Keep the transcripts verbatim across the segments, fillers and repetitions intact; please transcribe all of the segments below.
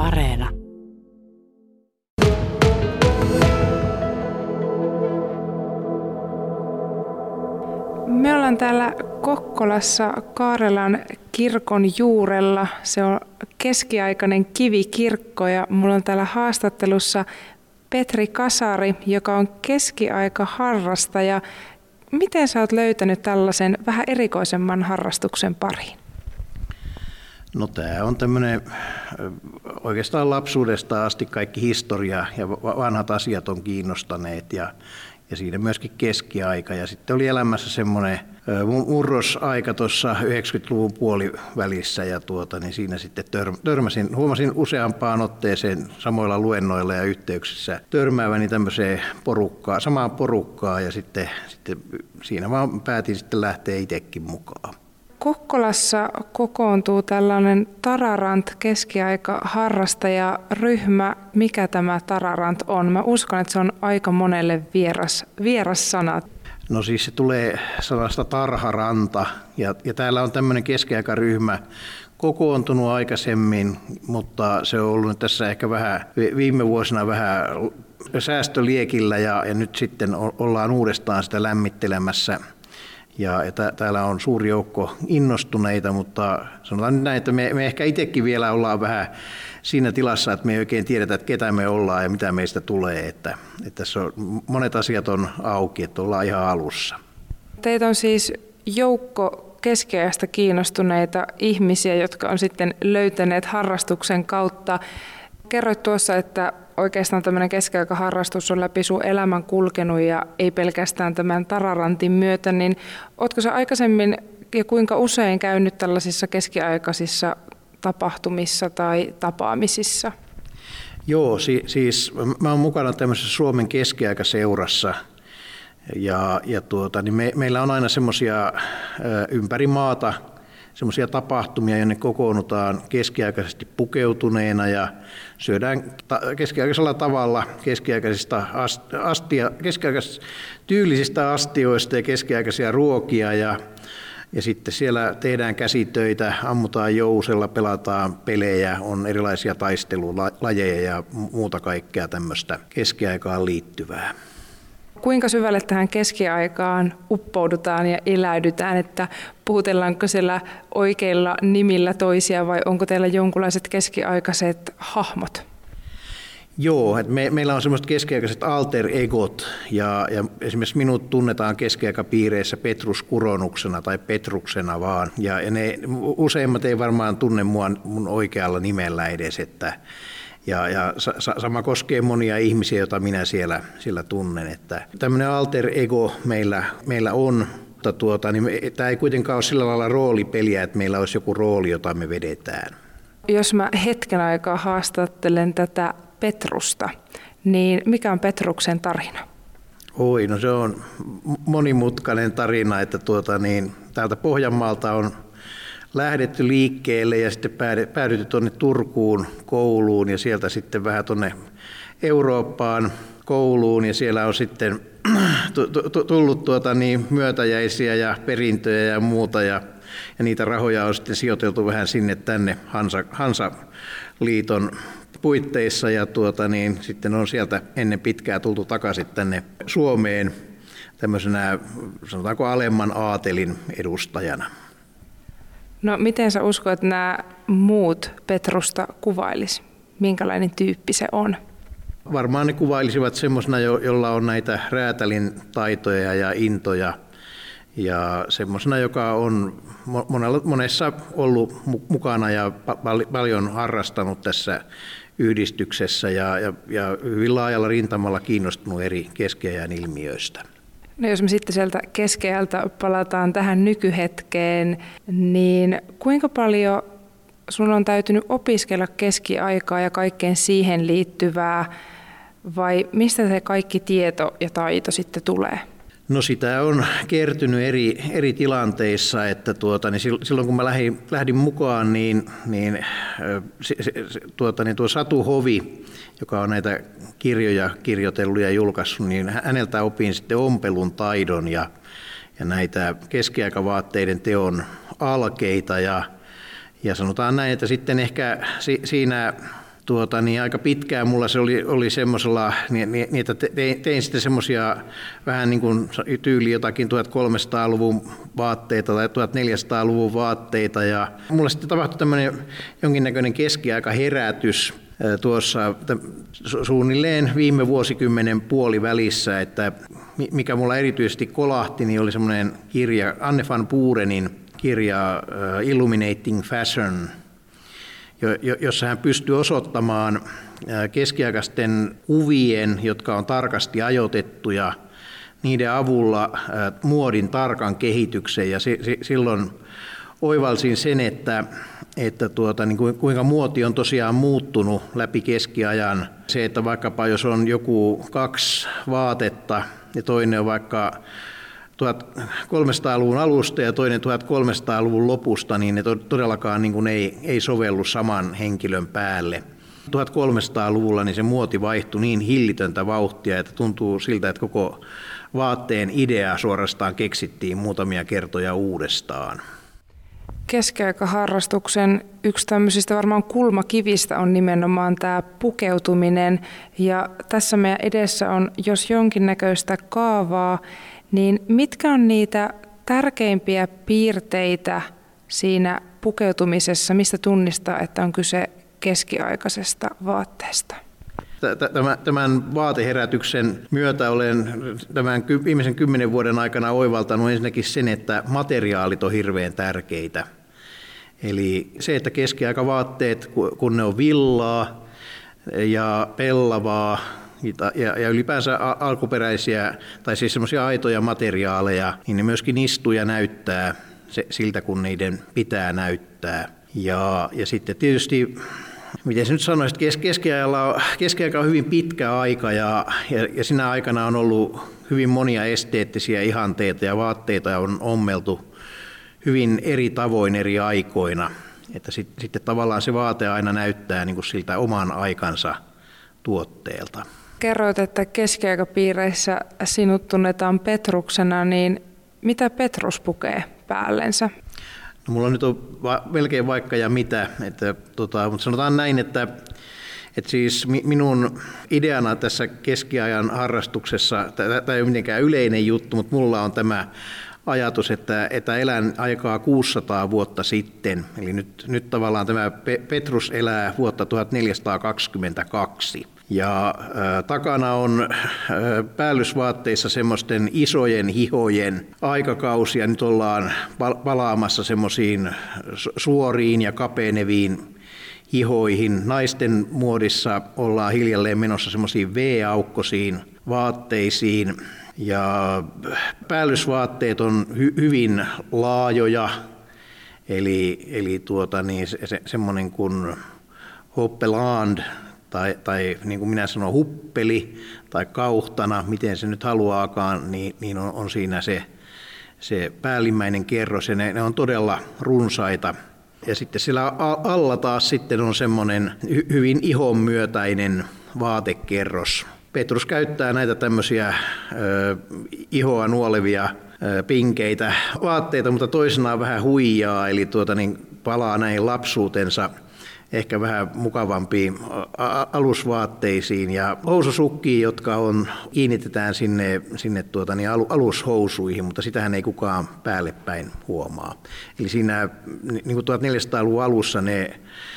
Areena. Me ollaan täällä Kokkolassa Kaarelan kirkon juurella. Se on keskiaikainen kivikirkko ja mulla on täällä haastattelussa Petri Kasari, joka on keskiaikaharrastaja. Miten sä oot löytänyt tällaisen vähän erikoisemman harrastuksen pariin? No tämä on tämmöinen oikeastaan lapsuudesta asti kaikki historia ja vanhat asiat on kiinnostaneet ja, ja siinä myöskin keskiaika. Ja sitten oli elämässä semmoinen murrosaika tuossa yhdeksänkymmentäluvun puolivälissä ja tuota, niin siinä sitten törmäsin, huomasin useampaan otteeseen samoilla luennoilla ja yhteyksissä törmääväni tämmöiseen porukkaan, samaan porukkaan ja sitten, sitten siinä vaan päätin sitten lähteä itsekin mukaan. Kokkolassa kokoontuu tällainen Tararant keskiaikaharrastajaryhmä. Mikä tämä Tararant on? Mä uskon, että se on aika monelle vieras, vieras sana. No siis se tulee sanasta tarharanta ja, ja täällä on tämmöinen keskiaikaryhmä kokoontunut aikaisemmin, mutta se on ollut tässä ehkä vähän viime vuosina vähän säästöliekillä ja, ja nyt sitten ollaan uudestaan sitä lämmittelemässä. Ja, ja täällä on suuri joukko innostuneita, mutta sanotaan nyt näin, että me, me ehkä itsekin vielä ollaan vähän siinä tilassa, että me ei oikein tiedetä, että ketä me ollaan ja mitä meistä tulee. Että, että tässä on, monet asiat on auki, että ollaan ihan alussa. Teitä on siis joukko keskiajasta kiinnostuneita ihmisiä, jotka on sitten löytäneet harrastuksen kautta. Kerroit tuossa, että oikeastaan tämmöinen keskiaikaharrastus on läpi sun elämän kulkenut ja ei pelkästään tämän Tararantin myötä, niin ootko sä aikaisemmin ja kuinka usein käynyt tällaisissa keskiaikaisissa tapahtumissa tai tapaamisissa? Joo, si- siis mä oon mukana tämmöisessä Suomen keskiaikaseurassa ja, ja tuota, niin me, meillä on aina semmoisia ympäri maata semmoisia tapahtumia, jonne kokoonnutaan keskiaikaisesti pukeutuneena ja syödään keskiaikaisella tavalla keskiaikaisista astia, keskiaikaisista tyylisistä astioista ja keskiaikaisia ruokia ja, ja sitten siellä tehdään käsitöitä, ammutaan jousella, pelataan pelejä, on erilaisia taistelulajeja ja muuta kaikkea tämmöistä keskiaikaan liittyvää. Kuinka syvälle tähän keskiaikaan uppoudutaan ja eläydytään, että puhutellaanko siellä oikeilla nimillä toisia vai onko teillä jonkunlaiset keskiaikaiset hahmot? Joo, että me, meillä on semmoiset keskiaikaiset alter egot ja, ja esimerkiksi minut tunnetaan keskiaikapiireissä Petrus Kuronuksena tai Petruksena vaan ja, ja ne useimmat ei varmaan tunne mua mun oikealla nimellä edes, että Ja, ja sama koskee monia ihmisiä, joita minä siellä, siellä tunnen. Että tämmöinen alter ego meillä, meillä on, mutta tuota, niin me, tämä ei kuitenkaan ole sillä lailla roolipeliä, että meillä olisi joku rooli, jota me vedetään. Jos mä hetken aikaa haastattelen tätä Petrusta, niin mikä on Petruksen tarina? Oi, no se on monimutkainen tarina, että tuota, niin, täältä Pohjanmaalta on lähdetty liikkeelle ja sitten päädytty tuonne Turkuun kouluun ja sieltä sitten vähän tuonne Eurooppaan kouluun ja siellä on sitten tullut tuota niin myötäjäisiä ja perintöjä ja muuta ja, ja niitä rahoja on sitten sijoiteltu vähän sinne tänne Hansa, Hansa-liiton puitteissa ja tuota niin, sitten on sieltä ennen pitkää tultu takaisin tänne Suomeen tämmöisenä sanotaanko alemman aatelin edustajana. No miten sä uskot, että nämä muut Petrusta kuvailisi? Minkälainen tyyppi se on? Varmaan ne kuvailisivat semmoisena, jolla on näitä räätälin taitoja ja intoja. Ja semmoisena, joka on monessa ollut mukana ja paljon harrastanut tässä yhdistyksessä ja, ja, ja hyvin laajalla rintamalla kiinnostunut eri keskiajan ilmiöistä. No jos me sitten sieltä keskeältä palataan tähän nykyhetkeen, niin kuinka paljon sun on täytynyt opiskella keskiaikaa ja kaikkeen siihen liittyvää, vai mistä se kaikki tieto ja taito sitten tulee? No sitä on kertynyt eri, eri tilanteissa, että tuota, niin silloin kun mä lähdin, lähdin mukaan, niin, niin, se, se, tuota, niin tuo Satu Hovi, joka on näitä kirjoja kirjoitellut ja julkaissut, niin häneltä opin sitten ompelun taidon ja, ja näitä keskiaikavaatteiden teon alkeita ja, ja sanotaan näin, että sitten ehkä si, siinä Tuota, niin aika pitkään mulla se oli, oli semmoisella, niitä tein, tein sitten semmoisia vähän niin kuin tyyli jotakin tuhatkolmesataaluvun vaatteita tai tuhatneljäsataaluvun vaatteita. Ja mulla sitten tapahtui tämmöinen jonkinnäköinen keskiaikaherätys tuossa suunnilleen viime vuosikymmenen puolivälissä, että mikä mulla erityisesti kolahti, niin oli semmoinen kirja, Anne van Buurenin kirja Illuminating Fashion, jossa hän pystyy osoittamaan keskiaikaisten kuvien, jotka on tarkasti ajoitettuja, niiden avulla muodin tarkan kehityksen. Ja silloin oivalsin sen, että, että tuota, niin kuinka muoti on tosiaan muuttunut läpi keskiajan. Se, että vaikkapa jos on joku kaksi vaatetta ja toinen on vaikka tuhatkolmesataaluvun alusta ja toinen tuhatkolmesataaluvun lopusta, niin ne todellakaan niin kuin ei, ei sovellu saman henkilön päälle. tuhatkolmesataaluvulla niin se muoti vaihtui niin hillitöntä vauhtia, että tuntuu siltä, että koko vaatteen idea suorastaan keksittiin muutamia kertoja uudestaan. Keskiaikaharrastuksen yksi tämmöisistä varmaan kulmakivistä on nimenomaan tämä pukeutuminen. Ja tässä meidän edessä on, jos jonkinnäköistä kaavaa, niin mitkä on niitä tärkeimpiä piirteitä siinä pukeutumisessa, mistä tunnistaa, että on kyse keskiaikaisesta vaatteesta? Tämän vaateherätyksen myötä olen tämän viimeisen kymmenen vuoden aikana oivaltanut ensinnäkin sen, että materiaalit on hirveän tärkeitä. Eli se, että keskiaikavaatteet, kun ne on villaa ja pellavaa ja, ja ylipäänsä alkuperäisiä tai siis semmoisia aitoja materiaaleja, niin ne myöskin istuu ja näyttää se, siltä, kun niiden pitää näyttää. Ja, ja sitten tietysti, miten se nyt sanoisi, että keskiajalla, keskiaika on hyvin pitkä aika ja, ja, ja siinä aikana on ollut hyvin monia esteettisiä ihanteita ja vaatteita on ommeltu hyvin eri tavoin eri aikoina. Että sit, sitten tavallaan se vaate aina näyttää niin kuin siltä oman aikansa tuotteelta. Kerroit, että keskiaikapiireissä sinut tunnetaan Petruksena, niin mitä Petrus pukee päällensä? No, mulla nyt on va- melkein vaikka ja mitä, että, tota, mutta sanotaan näin, että, että siis minun ideana tässä keskiajan harrastuksessa, tämä ei ole mitenkään yleinen juttu, mutta mulla on tämä ajatus, että, että elän aikaa kuusisataa vuotta sitten, eli nyt, nyt tavallaan tämä Petrus elää vuotta tuhatneljäsataakaksikymmentäkaksi. Ja äh, takana on äh, päällysvaatteissa semmoisten isojen hihojen aikakausia. Nyt ollaan pal- palaamassa semmoisiin suoriin ja kapeneviin hihoihin. Naisten muodissa ollaan hiljalleen menossa semmoisiin V-aukkoisiin vaatteisiin. Ja päällysvaatteet on hy- hyvin laajoja, eli, eli tuota, niin se, se, semmoinen kuin hoppeland, tai, tai niin kuin minä sanon huppeli tai kauhtana, miten se nyt haluaakaan, niin, niin on, on siinä se, se päällimmäinen kerros, ja ne, ne on todella runsaita. Ja sitten siellä alla taas sitten on semmoinen hy, hyvin ihonmyötäinen vaatekerros. Petrus käyttää näitä tämmöisiä ö, ihoa nuolevia ö, pinkeitä vaatteita, mutta toisenaan vähän huijaa, eli tuota, niin palaa näihin lapsuutensa ehkä vähän mukavampiin alusvaatteisiin ja housusukkiin, jotka on, kiinnitetään sinne, sinne tuota, niin alushousuihin, mutta sitähän ei kukaan päälle päin huomaa. Eli siinä niin kuin tuhatneljäsataaluvun alussa ne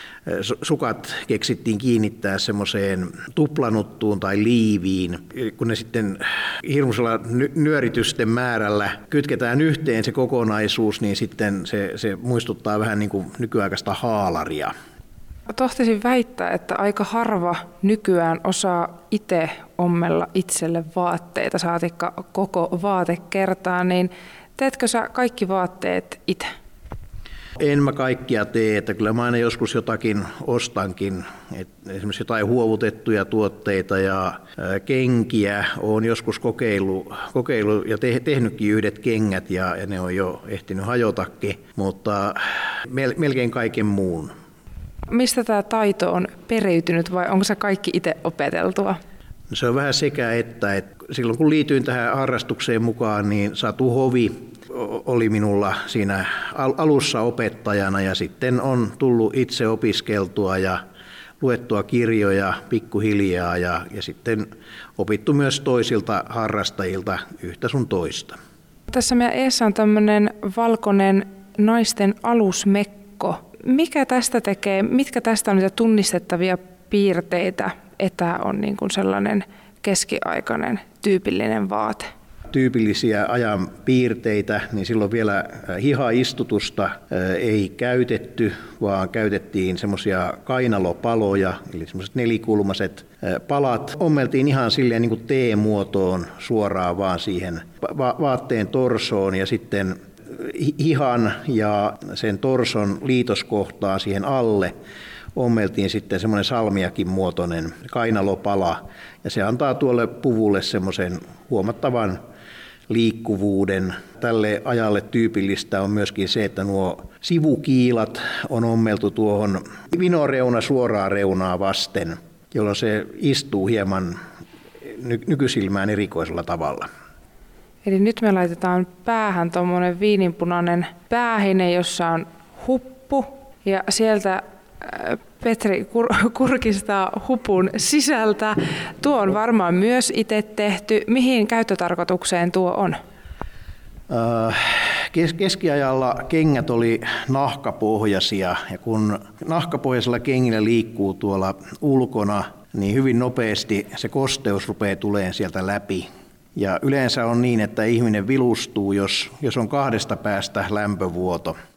sukat keksittiin kiinnittää semmoiseen tuplanuttuun tai liiviin, kun ne sitten hirmuisella nyöritysten määrällä kytketään yhteen se kokonaisuus, niin sitten se, se muistuttaa vähän niin kuin nykyaikaista haalaria. Tohtisin väittää, että aika harva nykyään osaa itse ommella itselle vaatteita, saatikka koko vaatekertaa, niin teetkö sä kaikki vaatteet itse? En mä kaikkia tee, että kyllä mä aina joskus jotakin ostankin, että esimerkiksi jotain huovutettuja tuotteita ja kenkiä olen joskus kokeillut, kokeillut ja te, tehnytkin yhdet kengät ja, ja ne on jo ehtinyt hajotakin, mutta mel, melkein kaiken muun. Mistä tämä taito on periytynyt vai onko se kaikki itse opeteltua? Se on vähän sekä että, että silloin kun liityin tähän harrastukseen mukaan, niin Satu Hovi oli minulla siinä alussa opettajana ja sitten on tullut itse opiskeltua ja luettua kirjoja pikkuhiljaa ja, ja sitten opittu myös toisilta harrastajilta yhtä sun toista. Tässä meidän eessä on tämmöinen valkoinen naisten alusmekko. Mikä tästä tekee, mitkä tästä on niitä tunnistettavia piirteitä, että on niin kuin sellainen keskiaikainen tyypillinen vaate? Tyypillisiä ajan piirteitä, niin silloin vielä hihaistutusta ei käytetty, vaan käytettiin semmoisia kainalopaloja, eli semmoiset nelikulmaiset palat. Ommeltiin ihan silleen niin kuin T-muotoon suoraan vaan siihen va- vaatteen torsoon ja sitten hihan ja sen torson liitoskohtaan siihen alle ommeltiin sitten semmoinen salmiakin muotoinen kainalopala ja se antaa tuolle puvulle semmoisen huomattavan liikkuvuuden. Tälle ajalle tyypillistä on myöskin se, että nuo sivukiilat on ommeltu tuohon vinoreuna suoraa reunaa vasten, jolloin se istuu hieman nykysilmään erikoisella tavalla. Eli nyt me laitetaan päähän tuommoinen viininpunainen päähine, jossa on huppu ja sieltä Petri kur- kurkistaa hupun sisältä. Tuo on varmaan myös itse tehty. Mihin käyttötarkoitukseen tuo on? Kes- keskiajalla kengät oli nahkapohjaisia ja kun nahkapohjaisella kengillä liikkuu tuolla ulkona, niin hyvin nopeasti se kosteus rupeaa tulemaan sieltä läpi. Ja yleensä on niin, että ihminen vilustuu, jos, jos on kahdesta päästä lämpövuoto.